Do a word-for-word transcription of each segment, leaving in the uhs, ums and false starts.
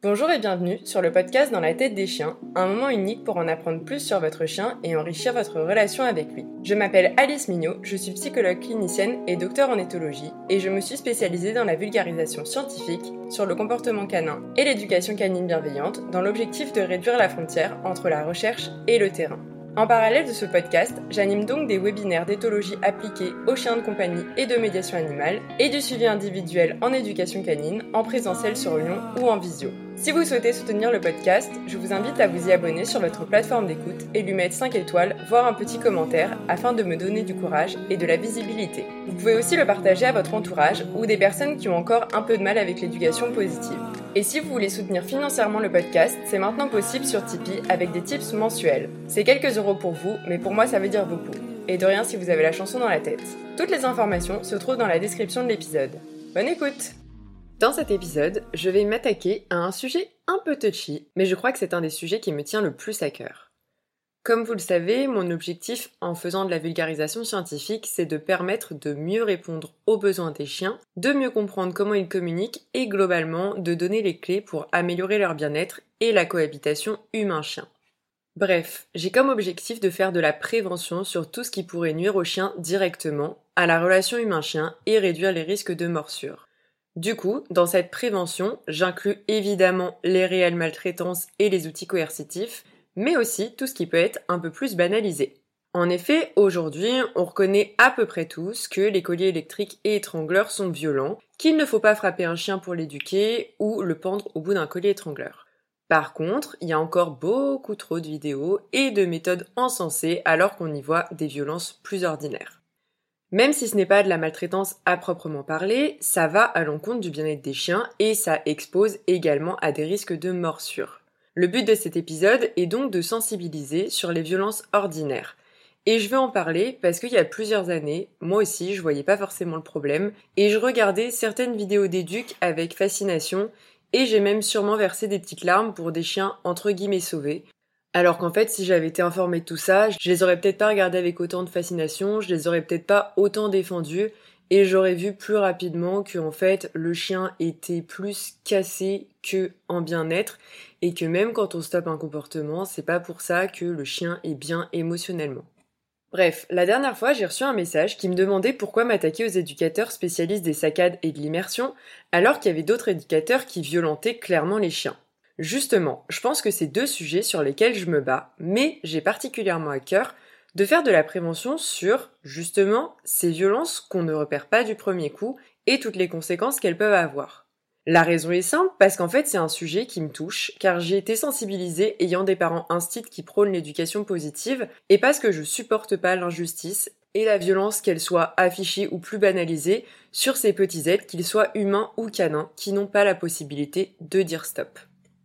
Bonjour et bienvenue sur le podcast Dans la tête des chiens, un moment unique pour en apprendre plus sur votre chien et enrichir votre relation avec lui. Je m'appelle Alice Mignot, je suis psychologue clinicienne et docteur en éthologie et je me suis spécialisée dans la vulgarisation scientifique sur le comportement canin et l'éducation canine bienveillante dans l'objectif de réduire la frontière entre la recherche et le terrain. En parallèle de ce podcast, j'anime donc des webinaires d'éthologie appliquée aux chiens de compagnie et de médiation animale et du suivi individuel en éducation canine, en présentiel sur Lyon ou en visio. Si vous souhaitez soutenir le podcast, je vous invite à vous y abonner sur votre plateforme d'écoute et lui mettre cinq étoiles, voire un petit commentaire, afin de me donner du courage et de la visibilité. Vous pouvez aussi le partager à votre entourage ou des personnes qui ont encore un peu de mal avec l'éducation positive. Et si vous voulez soutenir financièrement le podcast, c'est maintenant possible sur Tipeee avec des tips mensuels. C'est quelques euros pour vous, mais pour moi ça veut dire beaucoup. Et de rien si vous avez la chanson dans la tête. Toutes les informations se trouvent dans la description de l'épisode. Bonne écoute! Dans cet épisode, je vais m'attaquer à un sujet un peu touchy, mais je crois que c'est un des sujets qui me tient le plus à cœur. Comme vous le savez, mon objectif en faisant de la vulgarisation scientifique, c'est de permettre de mieux répondre aux besoins des chiens, de mieux comprendre comment ils communiquent et globalement de donner les clés pour améliorer leur bien-être et la cohabitation humain-chien. Bref, j'ai comme objectif de faire de la prévention sur tout ce qui pourrait nuire aux chiens directement, à la relation humain-chien et réduire les risques de morsure. Du coup, dans cette prévention, j'inclus évidemment les réelles maltraitances et les outils coercitifs, mais aussi tout ce qui peut être un peu plus banalisé. En effet, aujourd'hui, on reconnaît à peu près tous que les colliers électriques et étrangleurs sont violents, qu'il ne faut pas frapper un chien pour l'éduquer ou le pendre au bout d'un collier étrangleur. Par contre, il y a encore beaucoup trop de vidéos et de méthodes encensées alors qu'on y voit des violences plus ordinaires. Même si ce n'est pas de la maltraitance à proprement parler, ça va à l'encontre du bien-être des chiens et ça expose également à des risques de morsure. Le but de cet épisode est donc de sensibiliser sur les violences ordinaires. Et je veux en parler parce qu'il y a plusieurs années, moi aussi je voyais pas forcément le problème et je regardais certaines vidéos d'éduc avec fascination et j'ai même sûrement versé des petites larmes pour des chiens entre guillemets sauvés. Alors qu'en fait, si j'avais été informée de tout ça, je les aurais peut-être pas regardés avec autant de fascination, je les aurais peut-être pas autant défendus, et j'aurais vu plus rapidement que en fait, le chien était plus cassé que en bien-être, et que même quand on stoppe un comportement, c'est pas pour ça que le chien est bien émotionnellement. Bref, la dernière fois, j'ai reçu un message qui me demandait pourquoi m'attaquer aux éducateurs spécialistes des saccades et de l'immersion, alors qu'il y avait d'autres éducateurs qui violentaient clairement les chiens. Justement, je pense que c'est deux sujets sur lesquels je me bats, mais j'ai particulièrement à cœur de faire de la prévention sur, justement, ces violences qu'on ne repère pas du premier coup et toutes les conséquences qu'elles peuvent avoir. La raison est simple, parce qu'en fait c'est un sujet qui me touche, car j'ai été sensibilisée ayant des parents instits qui prônent l'éducation positive, et parce que je supporte pas l'injustice et la violence, qu'elle soit affichée ou plus banalisée, sur ces petits êtres, qu'ils soient humains ou canins, qui n'ont pas la possibilité de dire stop.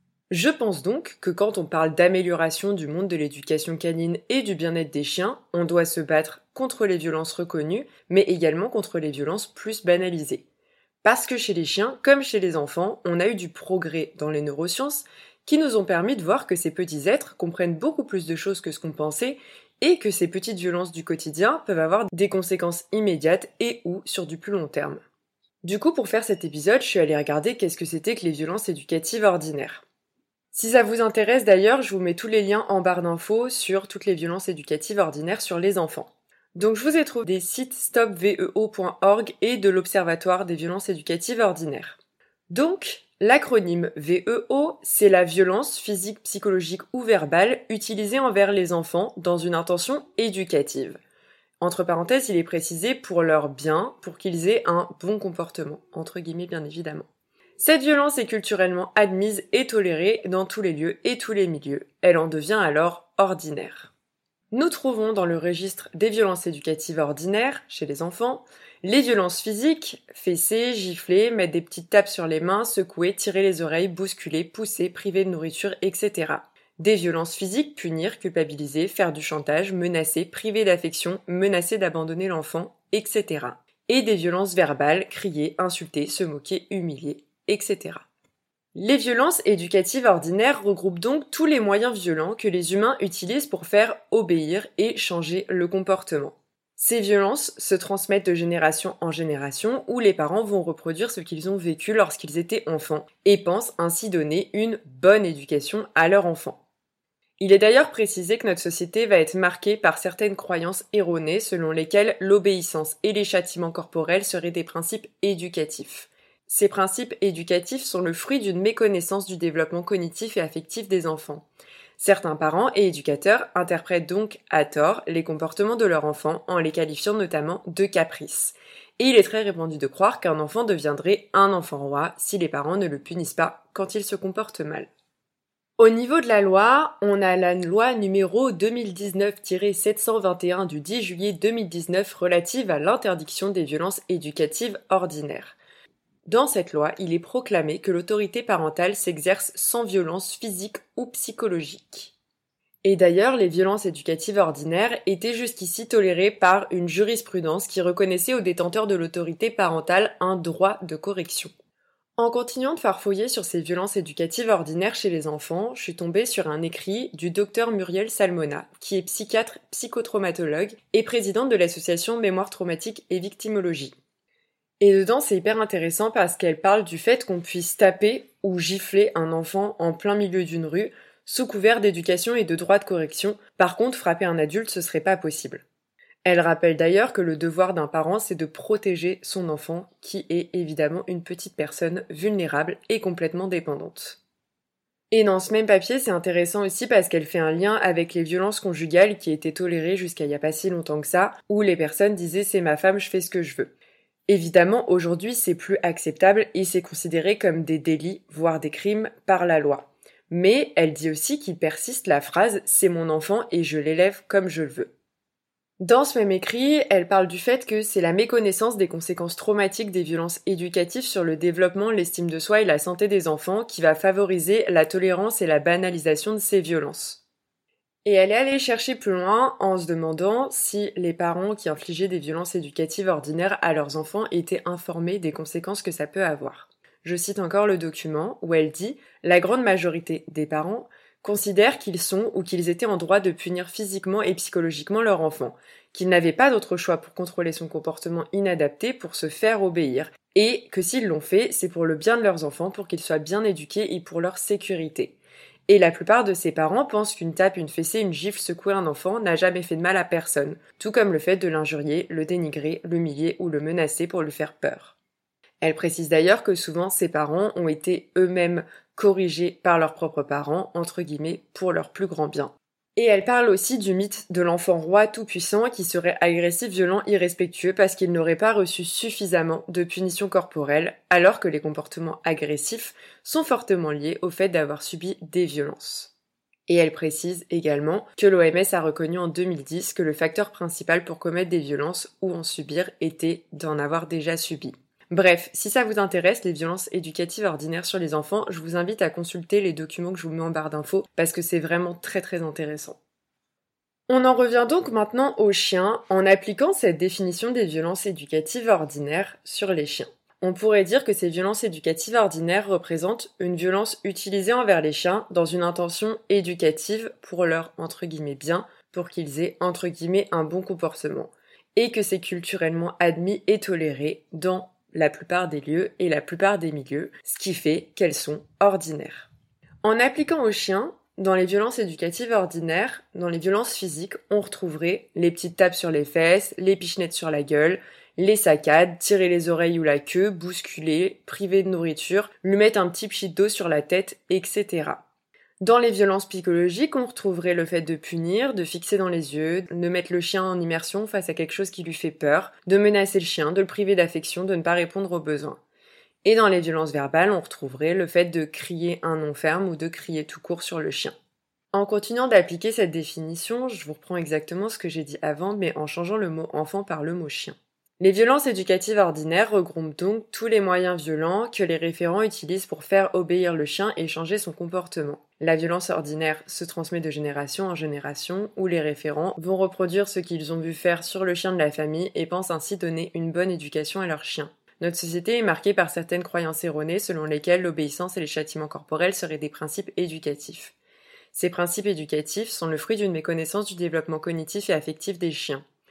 Je pense donc que quand on parle d'amélioration du monde de l'éducation canine et du bien-être des chiens, on doit se battre contre les violences reconnues, mais également contre les violences plus banalisées. Parce que chez les chiens, comme chez les enfants, on a eu du progrès dans les neurosciences qui nous ont permis de voir que ces petits êtres comprennent beaucoup plus de choses que ce qu'on pensait et que ces petites violences du quotidien peuvent avoir des conséquences immédiates et ou sur du plus long terme. Du coup, pour faire cet épisode, je suis allée regarder qu'est-ce que c'était que les violences éducatives ordinaires. Si ça vous intéresse d'ailleurs, je vous mets tous les liens en barre d'infos sur toutes les violences éducatives ordinaires sur les enfants. Donc je vous ai trouvé des sites stop veo point org et de l'Observatoire des violences éducatives ordinaires. Donc, l'acronyme V E O, c'est la violence physique, psychologique ou verbale utilisée envers les enfants dans une intention éducative. Entre parenthèses, il est précisé pour leur bien, pour qu'ils aient un bon comportement, entre guillemets bien évidemment. Cette violence est culturellement admise et tolérée dans tous les lieux et tous les milieux. Elle en devient alors ordinaire. Nous trouvons dans le registre des violences éducatives ordinaires, chez les enfants, les violences physiques, fesser, gifler, mettre des petites tapes sur les mains, secouer, tirer les oreilles, bousculer, pousser, priver de nourriture, et cetera. Des violences physiques, punir, culpabiliser, faire du chantage, menacer, priver d'affection, menacer d'abandonner l'enfant, et cetera. Et des violences verbales, crier, insulter, se moquer, humilier, et cetera. Les violences éducatives ordinaires regroupent donc tous les moyens violents que les humains utilisent pour faire obéir et changer le comportement. Ces violences se transmettent de génération en génération où les parents vont reproduire ce qu'ils ont vécu lorsqu'ils étaient enfants et pensent ainsi donner une bonne éducation à leur enfant. Il est d'ailleurs précisé que notre société va être marquée par certaines croyances erronées selon lesquelles l'obéissance et les châtiments corporels seraient des principes éducatifs. Ces principes éducatifs sont le fruit d'une méconnaissance du développement cognitif et affectif des enfants. Certains parents et éducateurs interprètent donc à tort les comportements de leurs enfants en les qualifiant notamment de caprices. Et il est très répandu de croire qu'un enfant deviendrait un enfant roi si les parents ne le punissent pas quand il se comporte mal. Au niveau de la loi, on a la loi numéro deux mille dix-neuf tiret sept cent vingt et un du dix juillet deux mille dix-neuf relative à l'interdiction des violences éducatives ordinaires. Dans cette loi, il est proclamé que l'autorité parentale s'exerce sans violence physique ou psychologique. Et d'ailleurs, les violences éducatives ordinaires étaient jusqu'ici tolérées par une jurisprudence qui reconnaissait aux détenteurs de l'autorité parentale un droit de correction. En continuant de farfouiller sur ces violences éducatives ordinaires chez les enfants, je suis tombée sur un écrit du docteur Muriel Salmona, qui est psychiatre psychotraumatologue et présidente de l'association Mémoire traumatique et victimologie. Et dedans, c'est hyper intéressant parce qu'elle parle du fait qu'on puisse taper ou gifler un enfant en plein milieu d'une rue, sous couvert d'éducation et de droit de correction. Par contre, frapper un adulte, ce serait pas possible. Elle rappelle d'ailleurs que le devoir d'un parent, c'est de protéger son enfant, qui est évidemment une petite personne vulnérable et complètement dépendante. Et dans ce même papier, c'est intéressant aussi parce qu'elle fait un lien avec les violences conjugales qui étaient tolérées jusqu'à il y a pas si longtemps que ça, où les personnes disaient « c'est ma femme, je fais ce que je veux ». Évidemment, aujourd'hui, c'est plus acceptable et c'est considéré comme des délits, voire des crimes, par la loi. Mais elle dit aussi qu'il persiste la phrase « c'est mon enfant et je l'élève comme je le veux ». Dans ce même écrit, elle parle du fait que c'est la méconnaissance des conséquences traumatiques des violences éducatives sur le développement, l'estime de soi et la santé des enfants qui va favoriser la tolérance et la banalisation de ces violences. Et elle est allée chercher plus loin en se demandant si les parents qui infligeaient des violences éducatives ordinaires à leurs enfants étaient informés des conséquences que ça peut avoir. Je cite encore le document où elle dit « La grande majorité des parents considèrent qu'ils sont ou qu'ils étaient en droit de punir physiquement et psychologiquement leur enfant, qu'ils n'avaient pas d'autre choix pour contrôler son comportement inadapté pour se faire obéir, et que s'ils l'ont fait, c'est pour le bien de leurs enfants, pour qu'ils soient bien éduqués et pour leur sécurité. Et la plupart de ces parents pensent qu'une tape, une fessée, une gifle, secouer un enfant n'a jamais fait de mal à personne, tout comme le fait de l'injurier, le dénigrer, l'humilier ou le menacer pour lui faire peur. » Elle précise d'ailleurs que souvent ces parents ont été eux-mêmes corrigés par leurs propres parents, entre guillemets, pour leur plus grand bien. Et elle parle aussi du mythe de l'enfant roi tout-puissant qui serait agressif, violent, irrespectueux parce qu'il n'aurait pas reçu suffisamment de punitions corporelles, alors que les comportements agressifs sont fortement liés au fait d'avoir subi des violences. Et elle précise également que l'O M S a reconnu en deux mille dix que le facteur principal pour commettre des violences ou en subir était d'en avoir déjà subi. Bref, si ça vous intéresse, les violences éducatives ordinaires sur les enfants, je vous invite à consulter les documents que je vous mets en barre d'infos parce que c'est vraiment très très intéressant. On en revient donc maintenant aux chiens en appliquant cette définition des violences éducatives ordinaires sur les chiens. On pourrait dire que ces violences éducatives ordinaires représentent une violence utilisée envers les chiens dans une intention éducative pour leur entre guillemets bien, pour qu'ils aient entre guillemets un bon comportement, et que c'est culturellement admis et toléré dans la plupart des lieux et la plupart des milieux, ce qui fait qu'elles sont ordinaires. En appliquant aux chiens, dans les violences éducatives ordinaires, dans les violences physiques, on retrouverait les petites tapes sur les fesses, les pichenettes sur la gueule, les saccades, tirer les oreilles ou la queue, bousculer, priver de nourriture, lui mettre un petit pchit d'eau sur la tête, et cetera. Dans les violences psychologiques, on retrouverait le fait de punir, de fixer dans les yeux, de mettre le chien en immersion face à quelque chose qui lui fait peur, de menacer le chien, de le priver d'affection, de ne pas répondre aux besoins. Et dans les violences verbales, on retrouverait le fait de crier un nom ferme ou de crier tout court sur le chien. En continuant d'appliquer cette définition, je vous reprends exactement ce que j'ai dit avant, mais en changeant le mot enfant par le mot chien. Les violences éducatives ordinaires regroupent donc tous les moyens violents que les référents utilisent pour faire obéir le chien et changer son comportement. La violence ordinaire se transmet de génération en génération, où les référents vont reproduire ce qu'ils ont vu faire sur le chien de la famille et pensent ainsi donner une bonne éducation à leur chien. Notre société est marquée par certaines croyances erronées selon lesquelles l'obéissance et les châtiments corporels seraient des principes éducatifs. Ces principes éducatifs sont le fruit d'une méconnaissance du développement cognitif et affectif des chiens.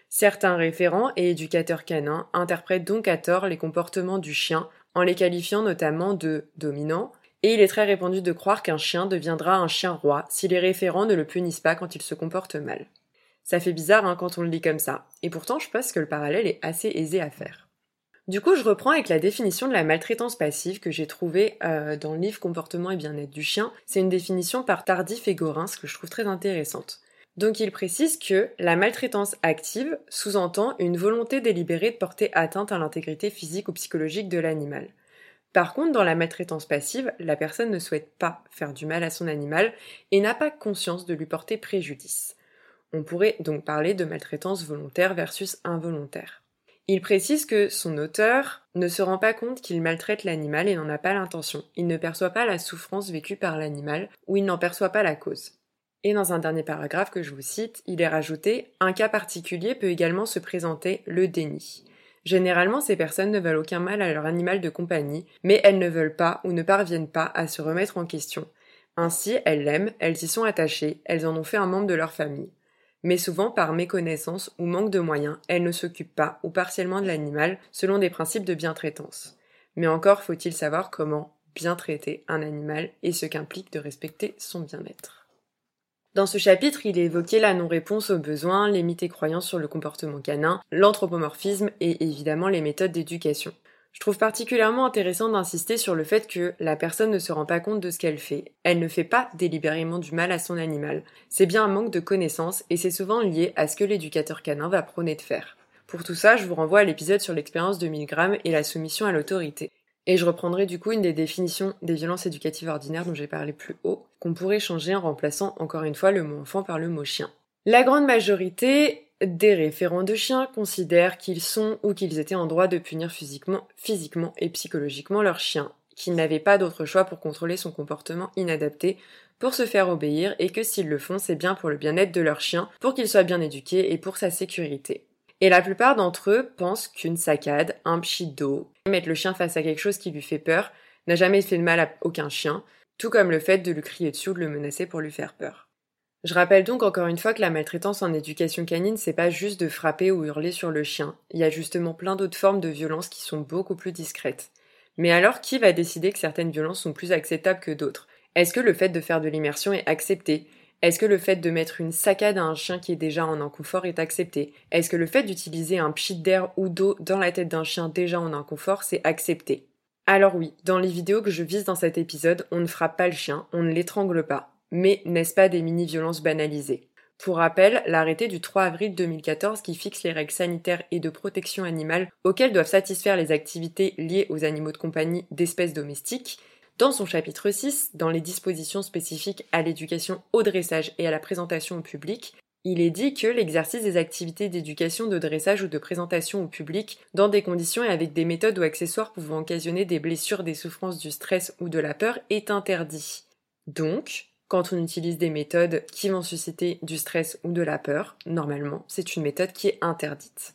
Certains référents et éducateurs canins interprètent donc à tort les comportements du chien en les qualifiant notamment de dominants, et il est très répandu de croire qu'un chien deviendra un chien roi si les référents ne le punissent pas quand il se comporte mal. Ça fait bizarre hein, quand on le lit comme ça, et pourtant je pense que le parallèle est assez aisé à faire. Du coup, je reprends avec la définition de la maltraitance passive que j'ai trouvée euh, dans le livre Comportement et bien-être du chien. C'est une définition par Tardif et Gorins que je trouve très intéressante. Donc il précise que la maltraitance active sous-entend une volonté délibérée de porter atteinte à l'intégrité physique ou psychologique de l'animal. Par contre, dans la maltraitance passive, la personne ne souhaite pas faire du mal à son animal et n'a pas conscience de lui porter préjudice. On pourrait donc parler de maltraitance volontaire versus involontaire. Il précise que son auteur ne se rend pas compte qu'il maltraite l'animal et n'en a pas l'intention. Il ne perçoit pas la souffrance vécue par l'animal ou il n'en perçoit pas la cause. Et dans un dernier paragraphe que je vous cite, il est rajouté « Un cas particulier peut également se présenter, le déni ». Généralement, ces personnes ne veulent aucun mal à leur animal de compagnie, mais elles ne veulent pas ou ne parviennent pas à se remettre en question. Ainsi, elles l'aiment, elles y sont attachées, elles en ont fait un membre de leur famille. Mais souvent, par méconnaissance ou manque de moyens, elles ne s'occupent pas ou partiellement de l'animal selon des principes de bientraitance. Mais encore faut-il savoir comment bien traiter un animal et ce qu'implique de respecter son bien-être. Dans ce chapitre, il est évoqué la non-réponse aux besoins, les mythes et croyances sur le comportement canin, l'anthropomorphisme et évidemment les méthodes d'éducation. Je trouve particulièrement intéressant d'insister sur le fait que la personne ne se rend pas compte de ce qu'elle fait. Elle ne fait pas délibérément du mal à son animal. C'est bien un manque de connaissances et c'est souvent lié à ce que l'éducateur canin va prôner de faire. Pour tout ça, je vous renvoie à l'épisode sur l'expérience de Milgram et la soumission à l'autorité. Et je reprendrai du coup une des définitions des violences éducatives ordinaires dont j'ai parlé plus haut, qu'on pourrait changer en remplaçant encore une fois le mot enfant par le mot chien. La grande majorité des référents de chiens considèrent qu'ils sont ou qu'ils étaient en droit de punir physiquement, physiquement et psychologiquement leur chien, qu'ils n'avaient pas d'autre choix pour contrôler son comportement inadapté, pour se faire obéir et que s'ils le font, c'est bien pour le bien-être de leur chien, pour qu'il soit bien éduqué et pour sa sécurité. Et la plupart d'entre eux pensent qu'une saccade, un pchit d'eau, mettre le chien face à quelque chose qui lui fait peur, n'a jamais fait de mal à aucun chien, tout comme le fait de lui crier dessus ou de le menacer pour lui faire peur. Je rappelle donc encore une fois que la maltraitance en éducation canine, c'est pas juste de frapper ou hurler sur le chien. Il y a justement plein d'autres formes de violence qui sont beaucoup plus discrètes. Mais alors, qui va décider que certaines violences sont plus acceptables que d'autres ? Est-ce que le fait de faire de l'immersion est accepté ? Est-ce que le fait de mettre une saccade à un chien qui est déjà en inconfort est accepté ? Est-ce que le fait d'utiliser un pchit d'air ou d'eau dans la tête d'un chien déjà en inconfort, c'est accepté ? Alors oui, dans les vidéos que je vise dans cet épisode, on ne frappe pas le chien, on ne l'étrangle pas. Mais n'est-ce pas des mini-violences banalisées ? Pour rappel, l'arrêté du trois avril deux mille quatorze qui fixe les règles sanitaires et de protection animale auxquelles doivent satisfaire les activités liées aux animaux de compagnie d'espèces domestiques, dans son chapitre six, dans les dispositions spécifiques à l'éducation au dressage et à la présentation au public, il est dit que l'exercice des activités d'éducation, de dressage ou de présentation au public, dans des conditions et avec des méthodes ou accessoires pouvant occasionner des blessures, des souffrances, du stress ou de la peur, est interdit. Donc, quand on utilise des méthodes qui vont susciter du stress ou de la peur, normalement, c'est une méthode qui est interdite.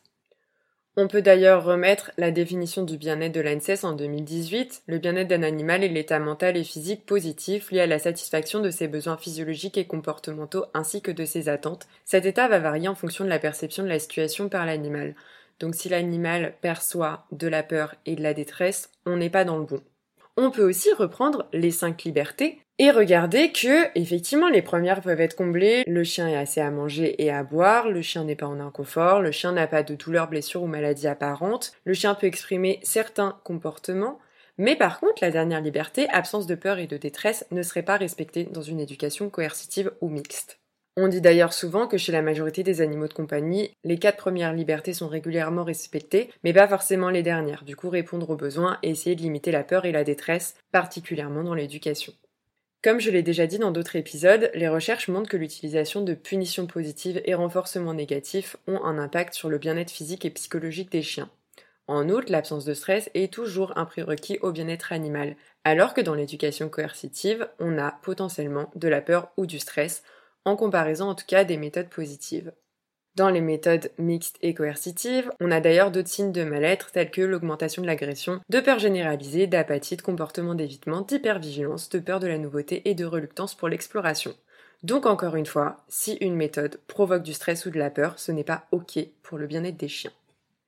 On peut d'ailleurs remettre la définition du bien-être de l'A N S E S en deux mille dix-huit. Le bien-être d'un animal est l'état mental et physique positif lié à la satisfaction de ses besoins physiologiques et comportementaux ainsi que de ses attentes. Cet état va varier en fonction de la perception de la situation par l'animal. Donc si l'animal perçoit de la peur et de la détresse, on n'est pas dans le bon. On peut aussi reprendre les cinq libertés et regarder que, effectivement, les premières peuvent être comblées. Le chien est assez à manger et à boire, le chien n'est pas en inconfort, le chien n'a pas de douleur, blessure ou maladie apparente, le chien peut exprimer certains comportements, mais par contre, la dernière liberté, absence de peur et de détresse, ne serait pas respectée dans une éducation coercitive ou mixte. On dit d'ailleurs souvent que chez la majorité des animaux de compagnie, les quatre premières libertés sont régulièrement respectées, mais pas forcément les dernières. Du coup, répondre aux besoins et essayer de limiter la peur et la détresse, particulièrement dans l'éducation. Comme je l'ai déjà dit dans d'autres épisodes, les recherches montrent que l'utilisation de punitions positives et renforcements négatifs ont un impact sur le bien-être physique et psychologique des chiens. En outre, l'absence de stress est toujours un prérequis au bien-être animal, alors que dans l'éducation coercitive, on a potentiellement de la peur ou du stress, en comparaison en tout cas des méthodes positives. Dans les méthodes mixtes et coercitives, on a d'ailleurs d'autres signes de mal-être tels que l'augmentation de l'agression, de peur généralisée, d'apathie, de comportement d'évitement, d'hypervigilance, de peur de la nouveauté et de reluctance pour l'exploration. Donc encore une fois, si une méthode provoque du stress ou de la peur, ce n'est pas ok pour le bien-être des chiens.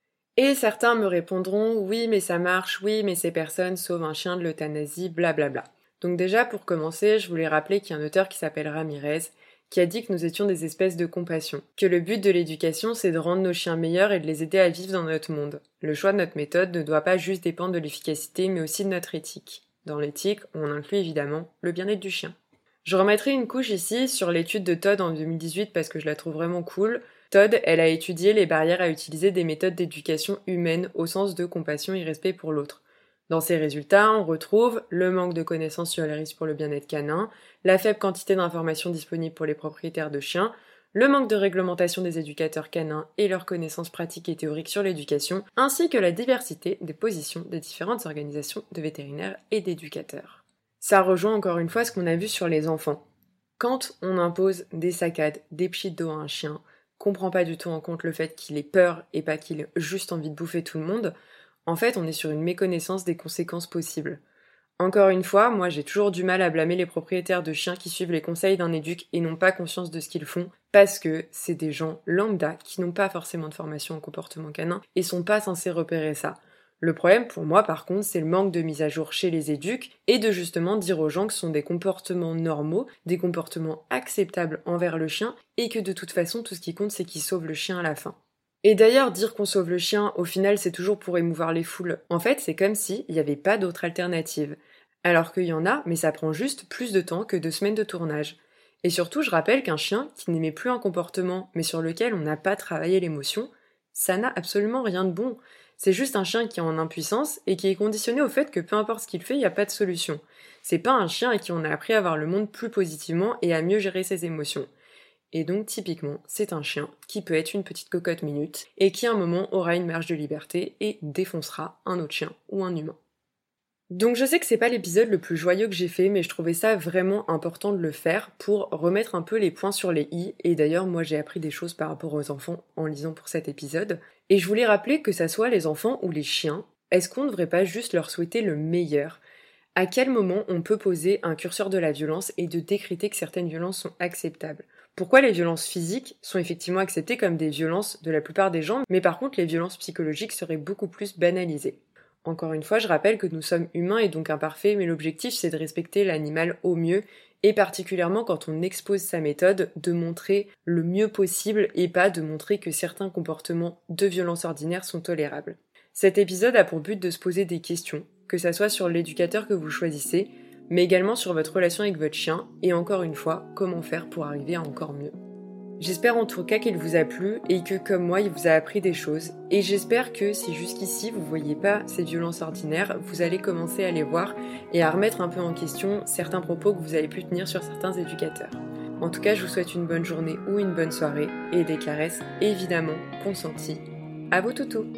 Et certains me répondront « oui mais ça marche, oui mais ces personnes sauvent un chien de l'euthanasie, blablabla ». Donc déjà pour commencer, je voulais rappeler qu'il y a un auteur qui s'appelle Ramirez, qui a dit que nous étions des espèces de compassion, que le but de l'éducation c'est de rendre nos chiens meilleurs et de les aider à vivre dans notre monde. Le choix de notre méthode ne doit pas juste dépendre de l'efficacité mais aussi de notre éthique. Dans l'éthique, on inclut évidemment le bien-être du chien. Je remettrai une couche ici sur l'étude de Todd en deux mille dix-huit parce que je la trouve vraiment cool. Todd, elle a étudié les barrières à utiliser des méthodes d'éducation humaine au sens de compassion et respect pour l'autre. Dans ces résultats, on retrouve le manque de connaissances sur les risques pour le bien-être canin, la faible quantité d'informations disponibles pour les propriétaires de chiens, le manque de réglementation des éducateurs canins et leurs connaissances pratiques et théoriques sur l'éducation, ainsi que la diversité des positions des différentes organisations de vétérinaires et d'éducateurs. Ça rejoint encore une fois ce qu'on a vu sur les enfants. Quand on impose des saccades, des pchits d'eau à un chien, qu'on prend pas du tout en compte le fait qu'il ait peur et pas qu'il ait juste envie de bouffer tout le monde, en fait on est sur une méconnaissance des conséquences possibles. Encore une fois, moi j'ai toujours du mal à blâmer les propriétaires de chiens qui suivent les conseils d'un éduc et n'ont pas conscience de ce qu'ils font, parce que c'est des gens lambda qui n'ont pas forcément de formation en comportement canin et sont pas censés repérer ça. Le problème pour moi par contre c'est le manque de mise à jour chez les éducs et de justement dire aux gens que ce sont des comportements normaux, des comportements acceptables envers le chien et que de toute façon tout ce qui compte c'est qu'ils sauvent le chien à la fin. Et d'ailleurs dire qu'on sauve le chien au final c'est toujours pour émouvoir les foules. En fait c'est comme s'il n'y avait pas d'autre alternative. Alors qu'il y en a mais ça prend juste plus de temps que deux semaines de tournage. Et surtout je rappelle qu'un chien qui n'aimait plus un comportement mais sur lequel on n'a pas travaillé l'émotion, ça n'a absolument rien de bon. C'est juste un chien qui est en impuissance et qui est conditionné au fait que peu importe ce qu'il fait, il n'y a pas de solution. C'est pas un chien à qui on a appris à voir le monde plus positivement et à mieux gérer ses émotions. Et donc typiquement, c'est un chien qui peut être une petite cocotte minute et qui à un moment aura une marge de liberté et défoncera un autre chien ou un humain. Donc je sais que c'est pas l'épisode le plus joyeux que j'ai fait, mais je trouvais ça vraiment important de le faire pour remettre un peu les points sur les i, et d'ailleurs moi j'ai appris des choses par rapport aux enfants en lisant pour cet épisode, et je voulais rappeler que ça soit les enfants ou les chiens, est-ce qu'on ne devrait pas juste leur souhaiter le meilleur ? À quel moment on peut poser un curseur de la violence et de décréter que certaines violences sont acceptables ? Pourquoi les violences physiques sont effectivement acceptées comme des violences de la plupart des gens, mais par contre les violences psychologiques seraient beaucoup plus banalisées ? Encore une fois, je rappelle que nous sommes humains et donc imparfaits, mais l'objectif c'est de respecter l'animal au mieux, et particulièrement quand on expose sa méthode, de montrer le mieux possible et pas de montrer que certains comportements de violence ordinaire sont tolérables. Cet épisode a pour but de se poser des questions, que ça soit sur l'éducateur que vous choisissez, mais également sur votre relation avec votre chien, et encore une fois, comment faire pour arriver à encore mieux. J'espère en tout cas qu'il vous a plu et que comme moi il vous a appris des choses, et j'espère que si jusqu'ici vous voyez pas ces violences ordinaires, vous allez commencer à les voir et à remettre un peu en question certains propos que vous avez pu tenir sur certains éducateurs. En tout cas je vous souhaite une bonne journée ou une bonne soirée et des caresses évidemment consenties à vos toutous.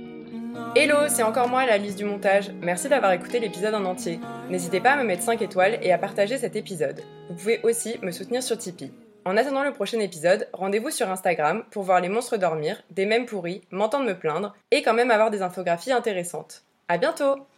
Hello, c'est encore moi la liste du montage. Merci d'avoir écouté l'épisode en entier. N'hésitez pas à me mettre cinq étoiles et à partager cet épisode. Vous pouvez aussi me soutenir sur Tipeee. En attendant le prochain épisode, rendez-vous sur Instagram pour voir les monstres dormir, des mèmes pourris, m'entendre me plaindre et quand même avoir des infographies intéressantes. À bientôt!